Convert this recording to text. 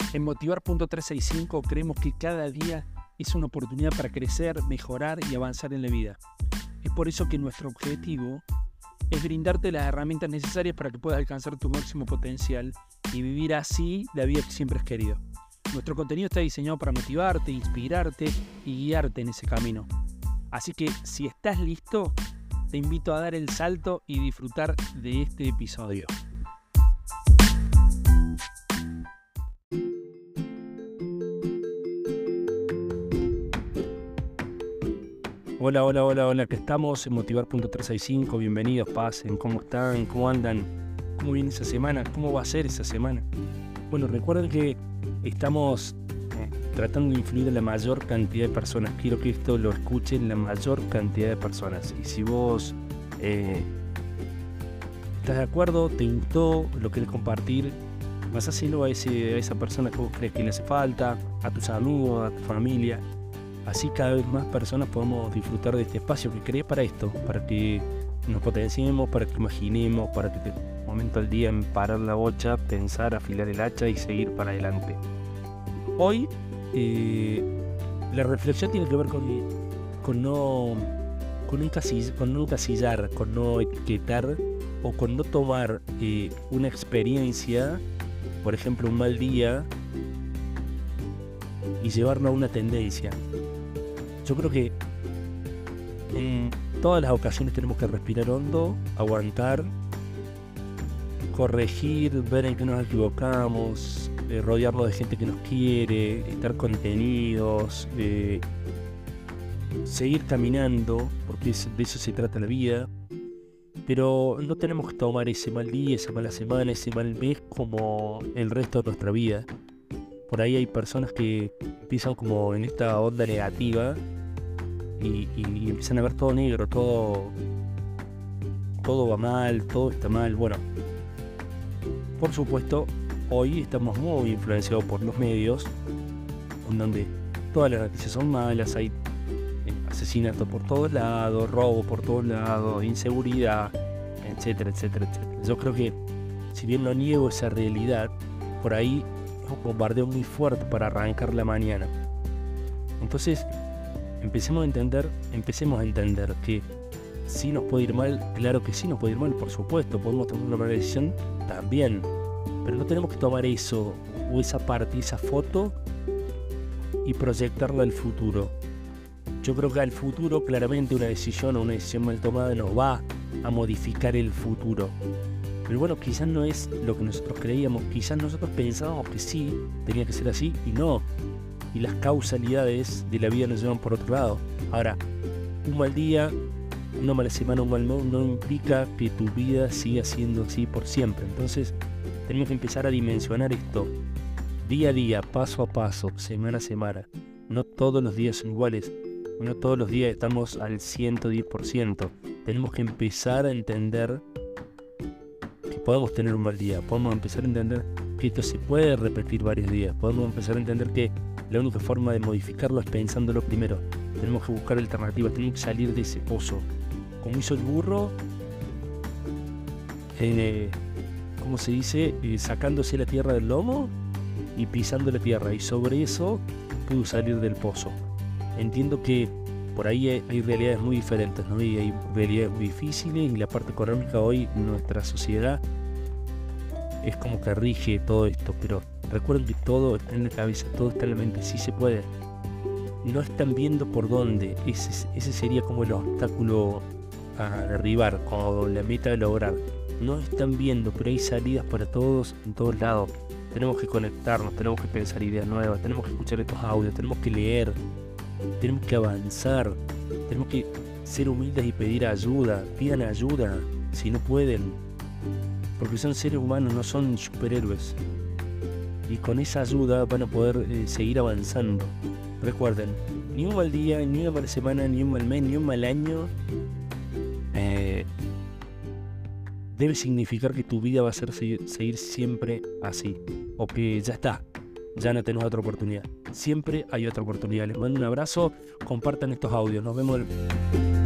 En Motivar.365 creemos que cada día es una oportunidad para crecer, mejorar y avanzar en la vida. Es por eso que nuestro objetivo es brindarte las herramientas necesarias para que puedas alcanzar tu máximo potencial y vivir así la vida que siempre has querido. Nuestro contenido está diseñado para motivarte, inspirarte y guiarte en ese camino. Así que si estás listo, te invito a dar el salto y disfrutar de este episodio. Hola, que estamos en Motivar.365, bienvenidos, pasen, ¿cómo están? ¿Cómo andan? ¿Cómo viene esa semana? ¿Cómo va a ser esa semana? Bueno, recuerden que estamos tratando de influir en la mayor cantidad de personas. Quiero que esto lo escuchen la mayor cantidad de personas. Y si vos estás de acuerdo, te gustó, lo querés compartir, vas a hacerlo a esa persona que vos crees que le hace falta, a tus amigos, a tu familia. Así cada vez más personas podemos disfrutar de este espacio que creé para esto, para que nos potenciemos, para que imaginemos, para que te momento al día en parar la bocha, pensar, afilar el hacha y seguir para adelante. Hoy la reflexión tiene que ver con no encasillar, con no etiquetar o con no tomar una experiencia, por ejemplo un mal día, y llevarlo a una tendencia. Yo creo que en todas las ocasiones tenemos que respirar hondo, aguantar, corregir, ver en qué nos equivocamos, rodearnos de gente que nos quiere, estar contenidos, seguir caminando, porque de eso se trata la vida. Pero no tenemos que tomar ese mal día, esa mala semana, ese mal mes como el resto de nuestra vida. Por ahí hay personas que empiezan como en esta onda negativa y empiezan a ver todo negro, todo va mal, todo está mal. Bueno, por supuesto, hoy estamos muy influenciados por los medios, en donde todas las noticias son malas, hay asesinatos por todos lados, robo por todos lados, inseguridad, etcétera, etcétera, etcétera. Yo creo que, si bien no niego esa realidad, por ahí es un bombardeo muy fuerte para arrancar la mañana. Entonces, empecemos a entender que sí nos puede ir mal, claro que sí nos puede ir mal, por supuesto, podemos tomar una mala decisión también, pero no tenemos que tomar eso o esa parte, esa foto y proyectarla al futuro. Yo creo que al futuro claramente una decisión o una decisión mal tomada nos va a modificar el futuro. Pero bueno, quizás no es lo que nosotros creíamos, quizás nosotros pensábamos que sí, tenía que ser así y no. Y las causalidades de la vida nos llevan por otro lado. Ahora, un mal día, una mala semana, un mal mes no implica que tu vida siga siendo así por siempre. Entonces, tenemos que empezar a dimensionar esto día a día, paso a paso, semana a semana. No todos los días son iguales, no todos los días estamos al 110%. Tenemos que empezar a entender que podemos tener un mal día, podemos empezar a entender que esto se puede repetir varios días, podemos empezar a entender que la única forma de modificarlo es pensándolo primero. Tenemos que buscar alternativas, tenemos que salir de ese pozo. Como hizo el burro, ¿cómo se dice? Sacándose la tierra del lomo y pisando la tierra, y sobre eso pudo salir del pozo. Entiendo que por ahí hay realidades muy diferentes, ¿no? Y hay realidades muy difíciles, y la parte económica hoy en nuestra sociedad es como que rige todo esto, pero recuerden que todo está en la cabeza, todo está en la mente, sí se puede. No están viendo por dónde, ese sería como el obstáculo a derribar, como la meta de lograr. No están viendo, pero hay salidas para todos, en todos lados. Tenemos que conectarnos, tenemos que pensar ideas nuevas, tenemos que escuchar estos audios, tenemos que leer, tenemos que avanzar, tenemos que ser humildes y pedir ayuda. Pidan ayuda si no pueden, porque son seres humanos, no son superhéroes, y con esa ayuda van a poder seguir avanzando. Recuerden, ni un mal día, ni una mala semana, ni un mal mes, ni un mal año debe significar que tu vida va a seguir siempre así, o que ya está, ya no tenemos otra oportunidad. Siempre hay otra oportunidad. Les mando un abrazo, compartan estos audios, nos vemos